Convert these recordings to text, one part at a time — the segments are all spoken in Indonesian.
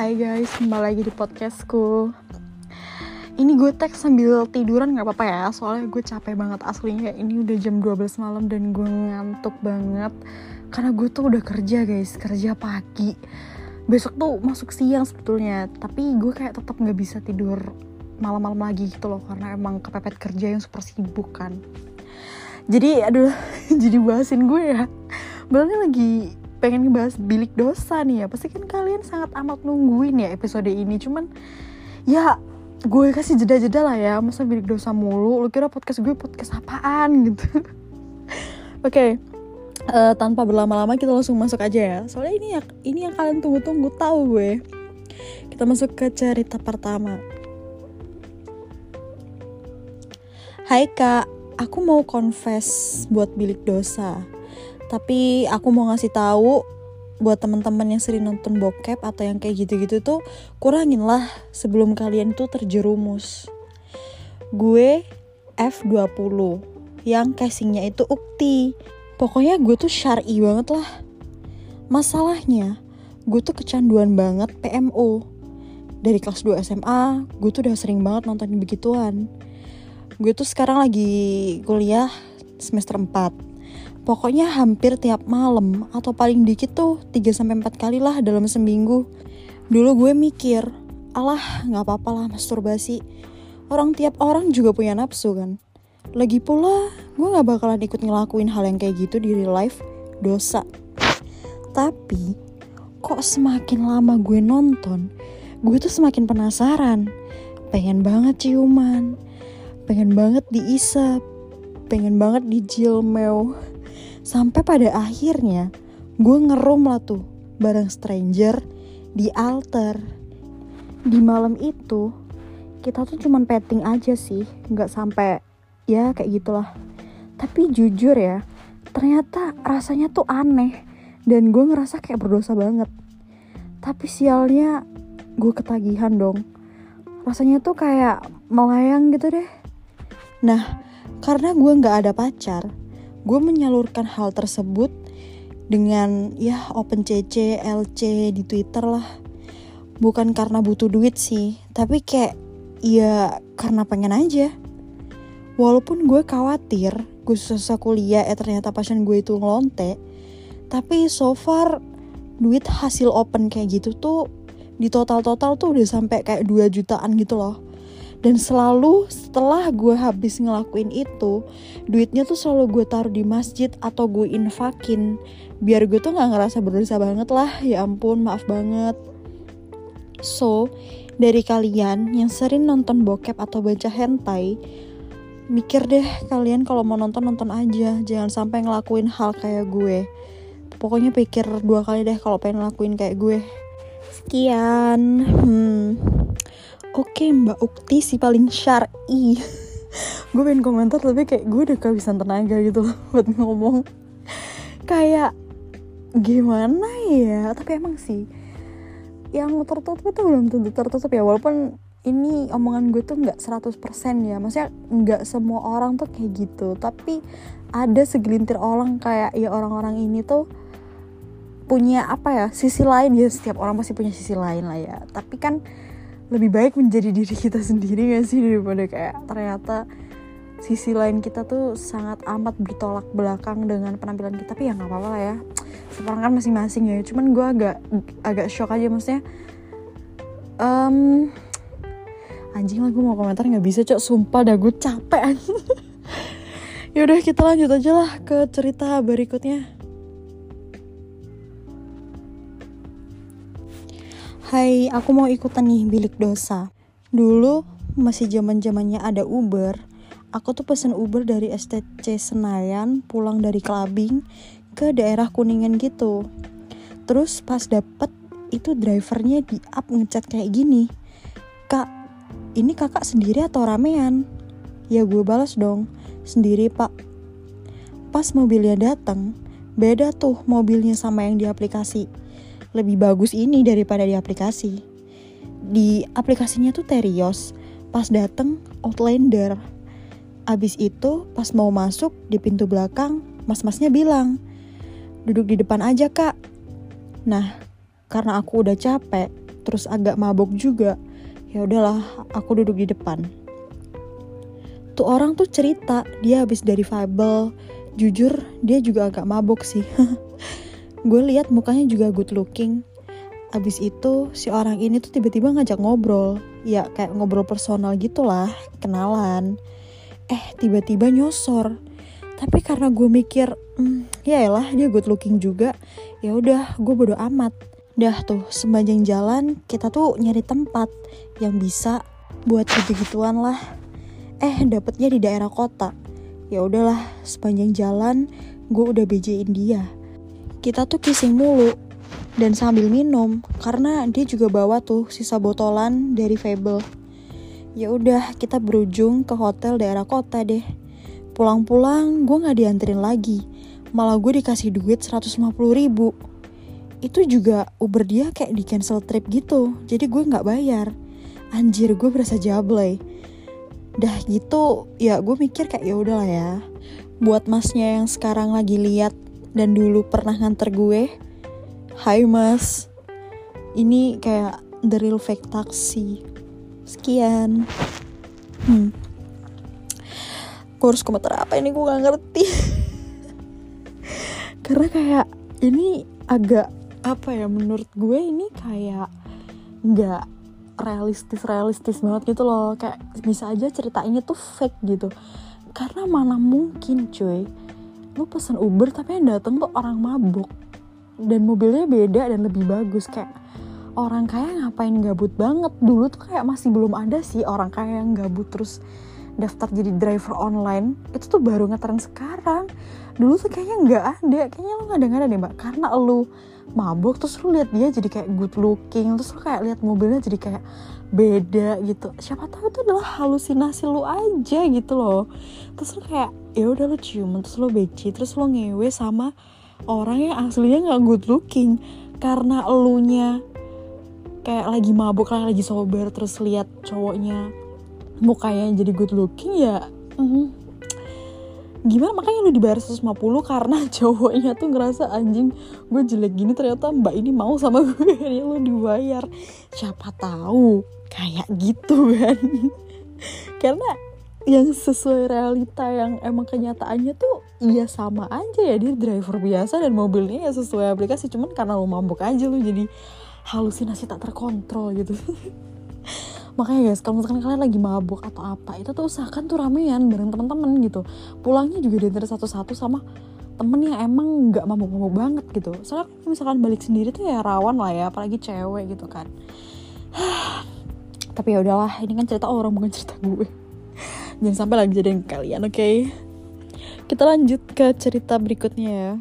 Hai guys, kembali lagi di podcastku. Ini gue tag sambil tiduran gak apa-apa ya, soalnya gue capek banget aslinya. Ini udah jam 12 malam dan gue ngantuk banget karena gue tuh udah kerja guys, kerja pagi. Besok tuh masuk siang sebetulnya, tapi gue kayak tetap gak bisa tidur malam-malam lagi gitu loh, karena emang kepepet kerja yang super sibuk kan. Jadi aduh, jadi bahasin gue ya. Bilangnya lagi pengen ngebahas bilik dosa nih ya. Pasti kan kalian sangat amat nungguin ya episode ini. Cuman ya gue kasih jeda-jeda lah ya. Masa bilik dosa mulu? Lu kira podcast gue podcast apaan gitu? Oke. Tanpa berlama-lama kita langsung masuk aja ya. Soalnya ini yang kalian tunggu-tunggu, tahu gue. Kita masuk ke cerita pertama. Hai kak, aku mau confess buat bilik dosa. Tapi aku mau ngasih tahu buat teman-teman yang sering nonton bokep atau yang kayak gitu-gitu tuh, kurangin lah sebelum kalian tuh terjerumus. Gue F20 yang casingnya itu ukti. Pokoknya gue tuh syar'i banget lah. Masalahnya gue tuh kecanduan banget PMO. Dari kelas 2 SMA gue tuh udah sering banget nonton begituan. Gue tuh sekarang lagi kuliah semester 4. Pokoknya hampir tiap malam atau paling dikit tuh 3-4 kali lah dalam seminggu. Dulu gue mikir, alah gak apa-apa lah masturbasi. Tiap orang juga punya nafsu kan. Lagi pula gue gak bakalan ikut ngelakuin hal yang kayak gitu di real life, dosa. Tapi kok semakin lama gue nonton, gue tuh semakin penasaran. Pengen banget ciuman, pengen banget diisap, pengen banget dijilmeu. Sampai pada akhirnya gue ngerum lah tuh bareng stranger di altar. Di malam itu kita tuh cuman petting aja sih, gak sampai ya kayak gitulah. Tapi jujur ya, ternyata rasanya tuh aneh dan gue ngerasa kayak berdosa banget. Tapi sialnya gue ketagihan dong. Rasanya tuh kayak melayang gitu deh. Nah, karena gue gak ada pacar, gue menyalurkan hal tersebut dengan ya open CC, LC di Twitter lah. Bukan karena butuh duit sih, tapi kayak ya karena pengen aja. Walaupun gue khawatir gue susah kuliah ternyata passion gue itu ngelonte, tapi so far duit hasil open kayak gitu tuh di total tuh udah sampai kayak 2 jutaan gitu loh. Dan selalu setelah gue habis ngelakuin itu, duitnya tuh selalu gue taruh di masjid atau gue infakin, biar gue tuh gak ngerasa berdosa banget lah. Ya ampun, maaf banget. So, dari kalian yang sering nonton bokep atau baca hentai, mikir deh kalian kalau mau nonton aja. Jangan sampai ngelakuin hal kayak gue. Pokoknya pikir 2 kali deh kalau pengen ngelakuin kayak gue. Sekian. Oke, Mbak Ukti si paling syar'i. Gue pengen komentar tapi kayak gue udah kehabisan tenaga gitu loh buat ngomong. Kayak gimana ya? Tapi emang sih yang tertutup itu belum tentu tertutup ya. Walaupun ini omongan gue tuh gak 100% ya. Maksudnya gak semua orang tuh kayak gitu. Tapi ada segelintir orang kayak ya orang-orang ini tuh punya apa ya, sisi lain ya. Setiap orang pasti punya sisi lain lah ya. Tapi kan lebih baik menjadi diri kita sendiri gak sih, daripada kayak ternyata sisi lain kita tuh sangat amat bertolak belakang dengan penampilan kita. Tapi ya gak apa-apa lah ya, sekarang kan masing-masing ya. Cuman gue agak shock aja, maksudnya anjing lah, gue mau komentar gak bisa cok, sumpah dah gue capek anjing. Yaudah kita lanjut aja lah ke cerita berikutnya. Hai, aku mau ikutan nih bilik dosa. Dulu masih zaman-zamannya ada Uber. Aku tuh pesen Uber dari STC Senayan pulang dari clubbing ke daerah Kuningan gitu. Terus pas dapet itu drivernya di up ngechat kayak gini, "Kak, ini kakak sendiri atau ramean?" Ya gue balas dong, "Sendiri pak." Pas mobilnya datang, beda tuh mobilnya sama yang di aplikasi. Lebih bagus ini daripada di aplikasi. Di aplikasinya tuh Terios, pas dateng Outlander. Abis itu pas mau masuk di pintu belakang, mas-masnya bilang, "Duduk di depan aja kak." Nah, karena aku udah capek, terus agak mabok juga. Ya udahlah, aku duduk di depan. Tuh orang tuh cerita dia habis dari Fable. Jujur dia juga agak mabok sih. Gue lihat mukanya juga good looking. Abis itu si orang ini tuh tiba-tiba ngajak ngobrol. Ya kayak ngobrol personal gitulah, kenalan. Tiba-tiba nyosor. Tapi karena gue mikir, ya elah dia good looking juga. Ya udah, gue bodo amat. Dah tuh sepanjang jalan kita tuh nyari tempat yang bisa buat gitu-gituan lah. Dapetnya di daerah kota. Ya udahlah, sepanjang jalan gue udah bejein dia. Kita tuh kissing mulu dan sambil minum karena dia juga bawa tuh sisa botolan dari Fable. Ya udah, kita berujung ke hotel daerah kota deh. Pulang-pulang gue nggak dianterin lagi, malah gue dikasih duit 150.000. Itu juga Uber dia kayak di cancel trip gitu, jadi gue nggak bayar. Anjir, gue berasa jablay. Dah gitu, ya gue mikir kayak ya udahlah ya. Buat masnya yang sekarang lagi lihat dan dulu pernah nganter gue, hai mas, ini kayak the real fake taxi. Sekian. Gue harus komentar apa ini, gue gak ngerti. Karena kayak ini agak apa ya, menurut gue ini kayak gak realistis banget gitu loh. Kayak bisa aja ceritainnya tuh fake gitu. Karena mana mungkin cuy, lu pesen Uber tapi yang dateng tuh orang mabuk dan mobilnya beda dan lebih bagus. Kayak orang kaya ngapain gabut banget. Dulu tuh kayak masih belum ada sih orang kaya yang gabut terus daftar jadi driver online. Itu tuh baru ngetren sekarang. Dulu tuh kayaknya gak ada. Kayaknya lu gak ada deh mbak. Karena lu mabuk terus lu lihat dia jadi kayak good looking, terus lu kayak lihat mobilnya jadi kayak beda gitu. Siapa tahu itu adalah halusinasi lu aja gitu loh. Terus lu kayak ya udah lu ciuman, terus lu beci, terus lu ngewe sama orang yang aslinya nggak good looking. Karena elunya kayak lagi mabuk, kayak lagi sober, terus lihat cowoknya mukanya jadi good looking ya. Gimana, makanya lu dibayar 150 karena cowoknya tuh ngerasa anjing gue jelek gini ternyata mbak ini mau sama gue. Ya lu dibayar, siapa tahu kayak gitu kan. Karena yang sesuai realita yang emang kenyataannya tuh iya sama aja ya, dia driver biasa dan mobilnya ya sesuai aplikasi, cuman karena lu mabuk aja lu jadi halusinasi tak terkontrol gitu. Makanya guys, kalau misalkan kalian lagi mabuk atau apa, itu tuh usahakan tuh ramean bareng teman-teman gitu. Pulangnya juga diantar satu-satu sama temen yang emang nggak mabuk-mabuk banget gitu. Soalnya kalau misalkan balik sendiri tuh ya rawan lah ya, apalagi cewek gitu kan. Tapi ya udahlah, ini kan cerita orang bukan cerita gue. Jangan sampai lagi jadiin kalian, oke? Kita lanjut ke cerita berikutnya ya.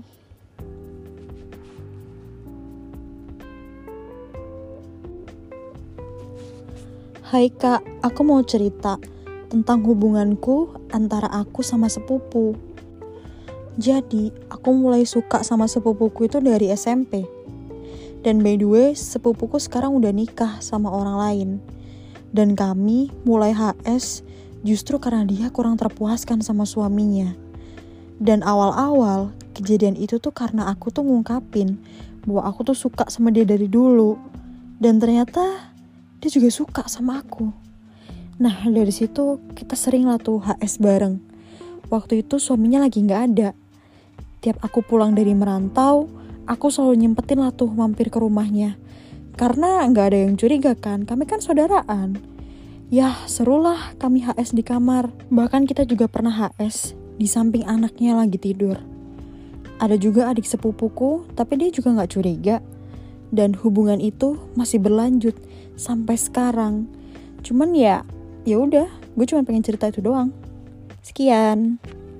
Hai kak, aku mau cerita tentang hubunganku antara aku sama sepupu. Jadi, aku mulai suka sama sepupuku itu dari SMP. Dan by the way, sepupuku sekarang udah nikah sama orang lain. Dan kami mulai HS justru karena dia kurang terpuaskan sama suaminya. Dan awal-awal, kejadian itu tuh karena aku tuh ngungkapin bahwa aku tuh suka sama dia dari dulu. Dan ternyata dia juga suka sama aku. Nah dari situ kita sering lah tuh HS bareng. Waktu itu suaminya lagi gak ada. Tiap aku pulang dari merantau, aku selalu nyempetin lah tuh mampir ke rumahnya. Karena gak ada yang curiga kan, kami kan saudaraan. Yah serulah kami HS di kamar. Bahkan kita juga pernah HS di samping anaknya lagi tidur. Ada juga adik sepupuku, tapi dia juga gak curiga. Dan hubungan itu masih berlanjut sampai sekarang. Cuman ya udah, gue cuma pengen cerita itu doang. Sekian.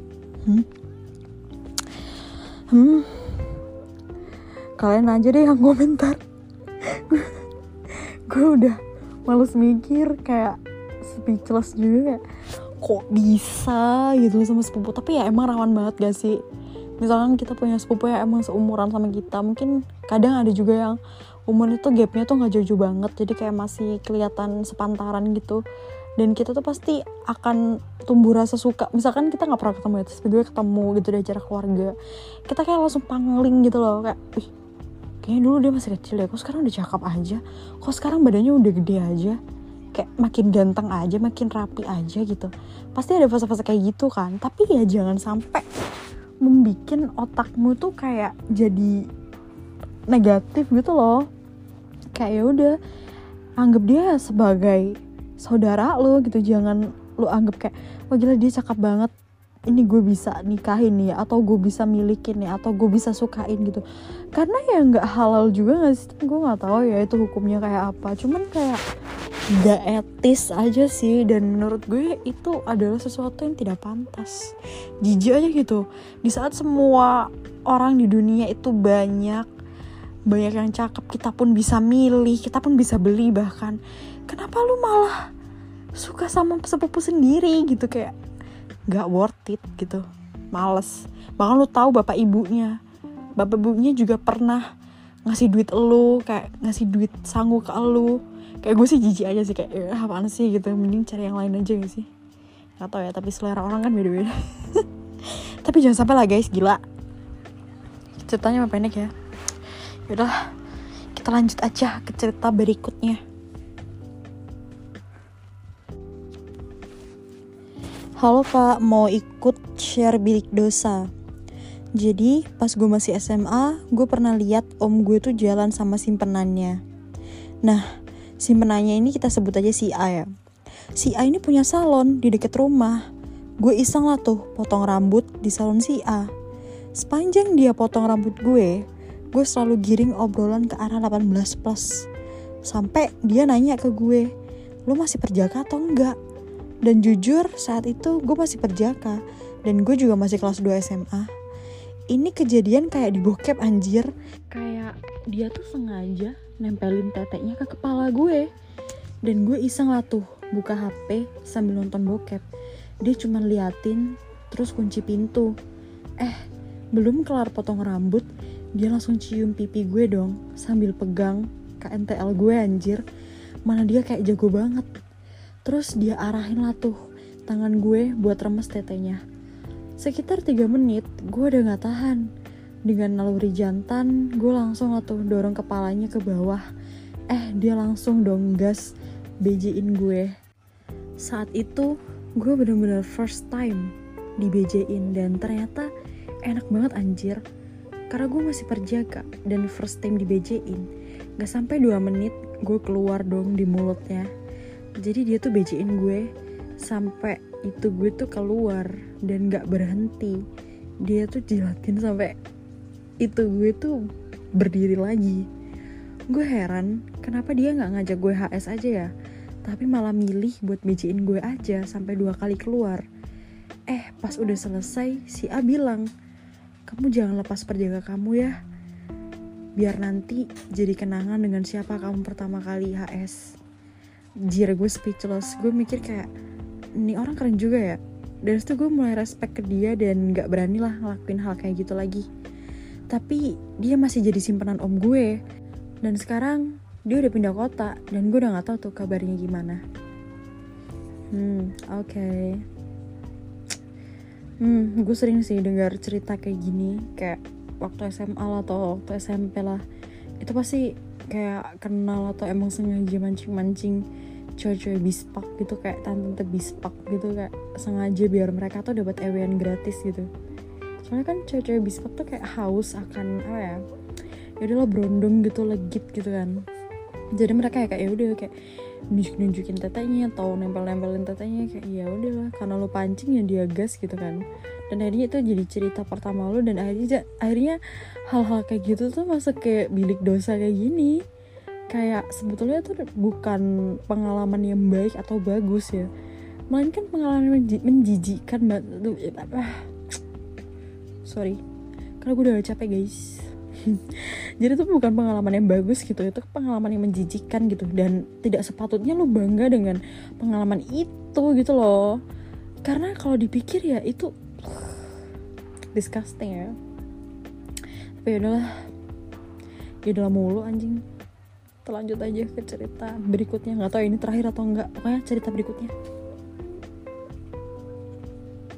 Kalian aja deh yang komentar. Gue udah males mikir, kayak speechless juga, kayak kok bisa gitu sama sepupu. Tapi ya emang rawan banget gak sih? Misalkan kita punya sepupu yang emang seumuran sama kita, mungkin kadang ada juga yang umurnya tuh gapnya tuh gak jauh-jauh banget, jadi kayak masih kelihatan sepantaran gitu. Dan kita tuh pasti akan tumbuh rasa suka. Misalkan kita gak pernah ketemu ya, terus kedua ketemu gitu di acara keluarga, kita kayak langsung pangling gitu loh, kayak kayaknya dulu dia masih kecil ya, kok sekarang udah cakep aja, kok sekarang badannya udah gede aja, kayak makin ganteng aja, makin rapi aja gitu. Pasti ada fase-fase kayak gitu kan. Tapi ya jangan sampai membikin otakmu tuh kayak jadi negatif gitu loh. Kayak ya udah, anggap dia sebagai saudara lo gitu. Jangan lo anggap kayak wah gila dia cakep banget, ini gue bisa nikahin nih, atau gue bisa milikin nih, atau gue bisa sukain gitu. Karena ya nggak halal juga nggak sih, gue nggak tahu ya itu hukumnya kayak apa, cuman kayak nggak etis aja sih. Dan menurut gue itu adalah sesuatu yang tidak pantas, jijik aja gitu. Di saat semua orang di dunia itu banyak yang cakep, kita pun bisa milih, kita pun bisa beli bahkan, kenapa lu malah suka sama sepupu sendiri gitu? Kayak gak worth it gitu, males. Bahkan lu tahu bapak ibunya juga pernah ngasih duit lu, kayak ngasih duit sangu ke lu. Kayak gue sih jijik aja sih, kayak apaan sih gitu, mending cari yang lain aja gak sih. Gak tau ya, tapi selera orang kan beda-beda. Tapi jangan sampai lah guys, gila ceritanya mah pendek ya. Yaudah, kita lanjut aja ke cerita berikutnya. Halo Pak, mau ikut share bilik dosa. Jadi pas gue masih SMA, gue pernah lihat om gue tuh jalan sama simpenannya. Nah, simpenannya ini kita sebut aja si A ya. Si A ini punya salon di deket rumah. Gue iseng lah tuh potong rambut di salon si A. Sepanjang dia potong rambut gue selalu giring obrolan ke arah 18+. Sampai dia nanya ke gue, lo masih perjaka atau enggak? Dan jujur saat itu gue masih perjaka, dan gue juga masih kelas 2 SMA. Ini kejadian kayak di bokep anjir. Kayak dia tuh sengaja nempelin teteknya ke kepala gue. Dan gue iseng lah tuh buka HP sambil nonton bokep. Dia cuma liatin terus kunci pintu. Belum kelar potong rambut, dia langsung cium pipi gue dong sambil pegang KNTL gue anjir. Mana dia kayak jago banget. Terus dia arahin lah tuh tangan gue buat remes tetenya. Sekitar 3 menit gue udah gak tahan. Dengan naluri jantan gue langsung lah tuh dorong kepalanya ke bawah. Dia langsung dong gas BJ-in gue. Saat itu gue bener-bener first time di BJ-in, dan ternyata enak banget anjir. Karena gue masih perjaka dan first time di BJ-in, gak sampai 2 menit gue keluar dong di mulutnya. Jadi dia tuh BJ-in gue sampai itu gue tuh keluar dan gak berhenti. Dia tuh jilatin sampai itu gue tuh berdiri lagi. Gue heran kenapa dia gak ngajak gue HS aja ya, tapi malah milih buat BJ-in gue aja sampai 2 kali keluar. Pas udah selesai si A bilang, kamu jangan lepas perjaka kamu ya, biar nanti jadi kenangan dengan siapa kamu pertama kali HS. Jir, gue speechless. Gue mikir kayak ini orang keren juga ya. Dan situ gue mulai respect ke dia dan gak berani lah ngelakuin hal kayak gitu lagi. Tapi dia masih jadi simpenan om gue. Dan sekarang dia udah pindah kota dan gue udah gak tahu tuh kabarnya gimana. Oke. Gue sering sih dengar cerita kayak gini, kayak waktu SMA lah atau waktu SMP lah. Itu pasti kayak kenal atau emang sengaja mancing-mancing cewek-cewek bispak gitu, kayak tante-tante bispak gitu, kayak sengaja biar mereka tuh dapat ewean gratis gitu. Soalnya kan cewek-cewek bispak tuh kayak haus akan apa ya, yaudahlah berondong gitu, legit gitu kan. Jadi mereka kayak ya udah kayak nunjukin tetenya atau nempel-nempelin tetenya, kayak ya udahlah karena lo pancing ya dia gas gitu kan. Dan akhirnya itu jadi cerita pertama lo, dan akhirnya hal-hal kayak gitu tuh masuk ke bilik dosa kayak gini. Kayak sebetulnya tuh bukan pengalaman yang baik atau bagus ya, melainkan pengalaman menjijikkan banget. Sorry, karena gue udah capek guys. Jadi itu bukan pengalaman yang bagus gitu, itu pengalaman yang menjijikkan gitu. Dan tidak sepatutnya lo bangga dengan pengalaman itu gitu loh. Karena kalau dipikir ya itu disgusting ya. Tapi yaudahlah mulu anjing. Lanjut aja ke cerita berikutnya. Gak tahu ini terakhir atau enggak, pokoknya cerita berikutnya.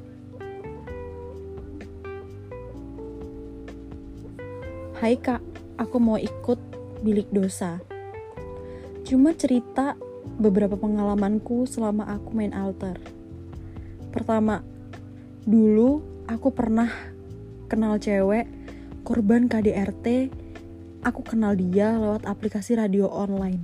Hai Kak, aku mau ikut bilik dosa. Cuma cerita beberapa pengalamanku selama aku main altar. Pertama, dulu aku pernah kenal cewek, korban KDRT. Aku kenal dia lewat aplikasi radio online.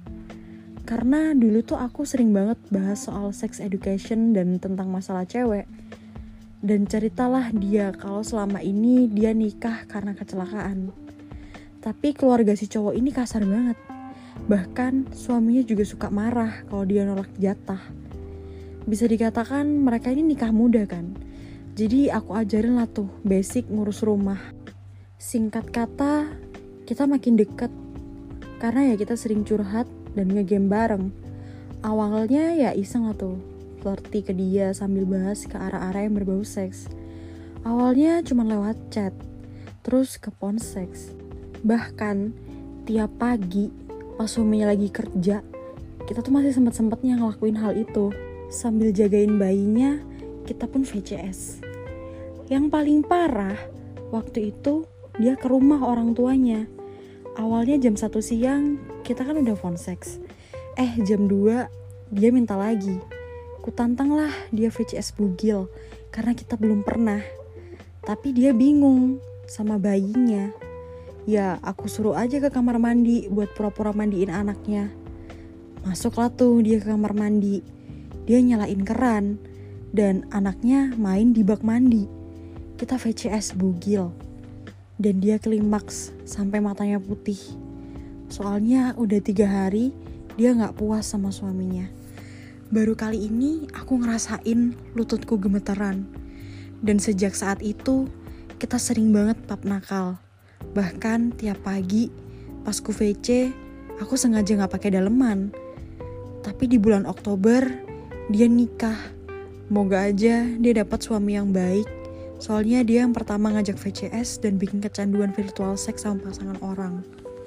Karena dulu tuh aku sering banget bahas soal sex education dan tentang masalah cewek. Dan ceritalah dia kalau selama ini dia nikah karena kecelakaan. Tapi keluarga si cowok ini kasar banget. Bahkan suaminya juga suka marah kalau dia nolak jatah. Bisa dikatakan mereka ini nikah muda kan. Jadi aku ajarin lah tuh basic ngurus rumah. Singkat kata, kita makin deket. Karena ya kita sering curhat dan nge-game bareng. Awalnya ya iseng lah tuh, flirty ke dia sambil bahas ke arah-arah yang berbau seks. Awalnya cuma lewat chat, terus ke phone seks. Bahkan tiap pagi pas suaminya lagi kerja, kita tuh masih sempet-sempetnya ngelakuin hal itu. Sambil jagain bayinya, kita pun VCS. Yang paling parah, waktu itu dia ke rumah orang tuanya. Awalnya jam 1 siang, kita kan udah phone sex. Jam 2, dia minta lagi. Kutantang lah dia VCS bugil, karena kita belum pernah. Tapi dia bingung sama bayinya. Ya aku suruh aja ke kamar mandi buat pura-pura mandiin anaknya. Masuklah tuh dia ke kamar mandi. Dia nyalain keran dan anaknya main di bak mandi. Kita VCS bugil. Dan dia klimaks sampai matanya putih. Soalnya udah 3 hari dia gak puas sama suaminya. Baru kali ini aku ngerasain lututku gemeteran. Dan sejak saat itu kita sering banget pap nakal. Bahkan tiap pagi pas ku VC aku sengaja gak pakai daleman. Tapi di bulan Oktober dia nikah. Moga aja dia dapat suami yang baik. Soalnya dia yang pertama ngajak VCS dan bikin kecanduan virtual seks sama pasangan orang.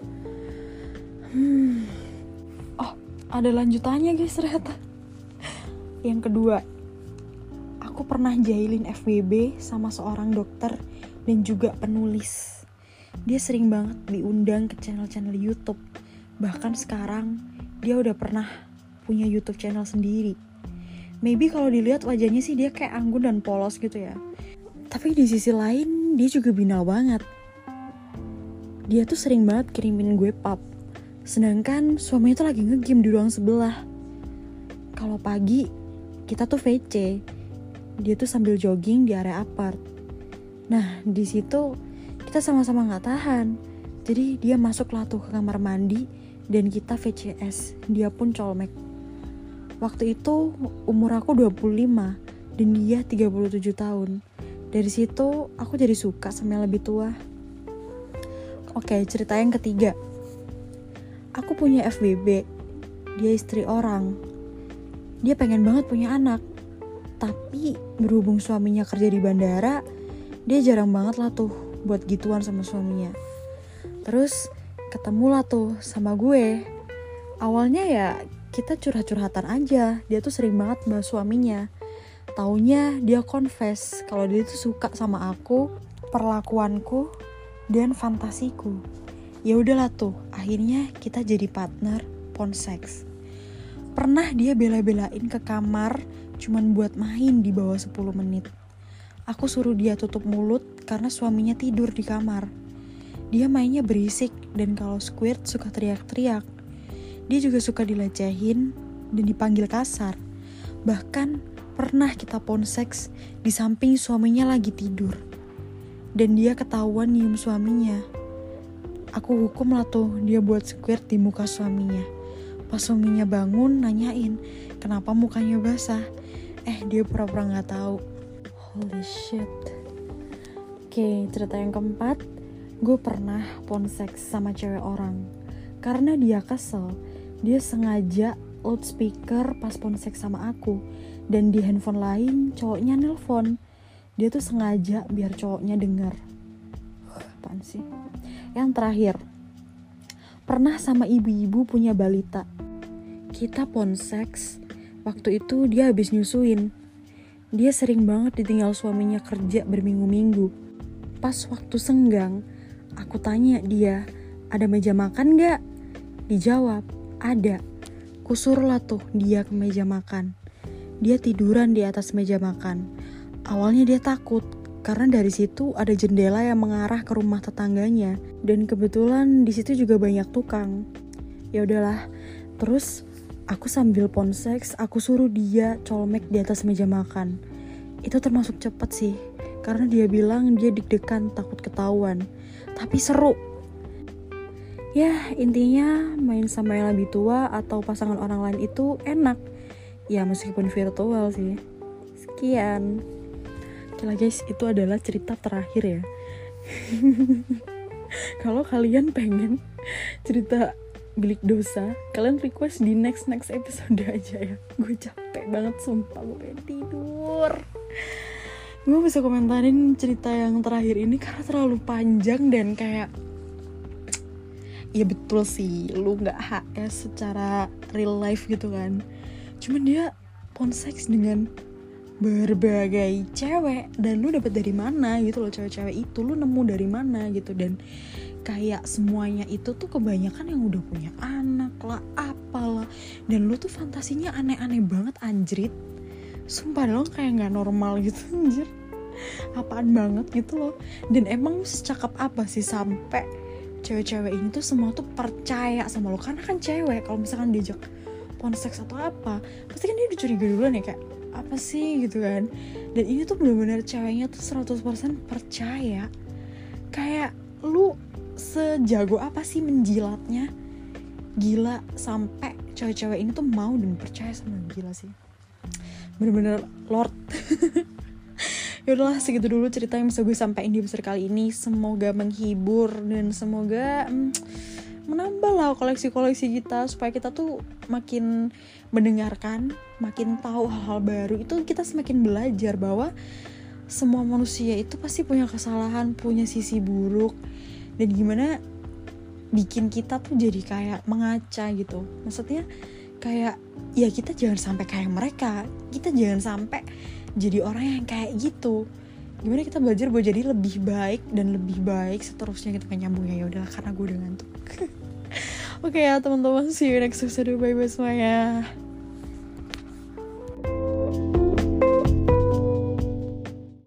Ada lanjutannya guys ternyata. Yang kedua, aku pernah jahilin FWB sama seorang dokter dan juga penulis. Dia sering banget diundang ke channel-channel YouTube. Bahkan sekarang dia udah pernah punya YouTube channel sendiri. Maybe kalau dilihat wajahnya sih dia kayak anggun dan polos gitu ya. Tapi di sisi lain dia juga binal banget. Dia tuh sering banget kirimin gue pap. Sedangkan suaminya tuh lagi nge-game di ruang sebelah. Kalau pagi kita tuh VC. Dia tuh sambil jogging di area apart. Nah di situ kita sama-sama nggak tahan. Jadi dia masuklah tuh ke kamar mandi dan kita VCS. Dia pun colmek. Waktu itu umur aku 25 dan dia 37 tahun. Dari situ aku jadi suka sama yang lebih tua. Oke, cerita yang ketiga. Aku punya FWB. Dia istri orang. Dia pengen banget punya anak. Tapi berhubung suaminya kerja di bandara, dia jarang banget lah tuh buat gituan sama suaminya. Terus ketemulah tuh sama gue. Awalnya ya kita curhat-curhatan aja. Dia tuh sering banget bahas suaminya. Taunya dia confess kalau dia tuh suka sama aku, perlakuanku, dan fantasiku. Ya udahlah tuh, akhirnya kita jadi partner phone sex. Pernah dia bela-belain ke kamar cuman buat main di bawah 10 menit. Aku suruh dia tutup mulut karena suaminya tidur di kamar. Dia mainnya berisik dan kalau squirt suka teriak-teriak. Dia juga suka dilecehin dan dipanggil kasar. Bahkan pernah kita phone sex di samping suaminya lagi tidur. Dan dia ketahuan nyium suaminya. Aku hukum lah tuh dia buat squirt di muka suaminya. Pas suaminya bangun nanyain kenapa mukanya basah. Dia pura-pura gak tahu. Holy shit. Oke, cerita yang keempat. Gue pernah phone sex sama cewek orang. Karena dia kesel, dia sengaja loudspeaker pas phone sex sama aku. Dan di handphone lain cowoknya nelpon. Dia tuh sengaja biar cowoknya denger. Apaan sih? Yang terakhir, pernah sama ibu-ibu punya balita. Kita phone sex, waktu itu dia habis nyusuin. Dia sering banget ditinggal suaminya kerja berminggu-minggu. Pas waktu senggang, aku tanya dia, ada meja makan gak? Dijawab, ada. Kusuruhlah tuh dia ke meja makan. Dia tiduran di atas meja makan. Awalnya dia takut, karena dari situ ada jendela yang mengarah ke rumah tetangganya. Dan kebetulan di situ juga banyak tukang. Ya udahlah, terus aku sambil ponseks, aku suruh dia colmek di atas meja makan. Itu termasuk cepet sih, karena dia bilang dia deg-degan takut ketahuan. Tapi seru. Ya, intinya main sama yang lebih tua atau pasangan orang lain itu enak. Ya, meskipun virtual sih. Sekian. Oke lah guys, itu adalah cerita terakhir ya. Kalau kalian pengen cerita bilik dosa, kalian request di next episode aja ya. Gue capek banget sumpah, gue pengen tidur. Gue bisa komentarin cerita yang terakhir ini karena terlalu panjang dan kayak, ya betul sih, lu gak HS secara real life gitu kan. Cuman dia ponseks dengan berbagai cewek, dan lu dapet dari mana gitu loh cewek-cewek itu, lu nemu dari mana gitu. Dan kayak semuanya itu tuh kebanyakan yang udah punya anak lah, apalah, dan lu tuh fantasinya aneh-aneh banget anjrit. Sumpah lo kayak gak normal gitu anjir, apaan banget gitu loh. Dan emang secakap apa sih sampai cewek-cewek ini tuh semua tuh percaya sama lo? Karena kan cewek kalau misalkan diajak ponseks atau apa, pasti kan dia udah curiga duluan ya, kayak apa sih gitu kan. Dan ini tuh benar-benar ceweknya tuh 100% percaya. Kayak lu sejago apa sih menjilatnya? Gila, sampai cewek-cewek ini tuh mau dan percaya sama, gila sih, bener-bener lord. Yaudahlah, segitu dulu cerita yang bisa gue sampaikan di episode kali ini. Semoga menghibur dan semoga menambah lah koleksi-koleksi kita, supaya kita tuh makin mendengarkan, makin tahu hal-hal baru. Itu kita semakin belajar bahwa semua manusia itu pasti punya kesalahan, punya sisi buruk, dan gimana bikin kita tuh jadi kayak mengaca gitu. Maksudnya kayak, ya kita jangan sampai kayak mereka, kita jangan sampai jadi orang yang kayak gitu. Gimana kita belajar buat jadi lebih baik dan lebih baik seterusnya gitu kan, nyambung ya. Udah, karena gue udah ngantuk. Oke ya teman-teman, see you next episode, bye bye semuanya.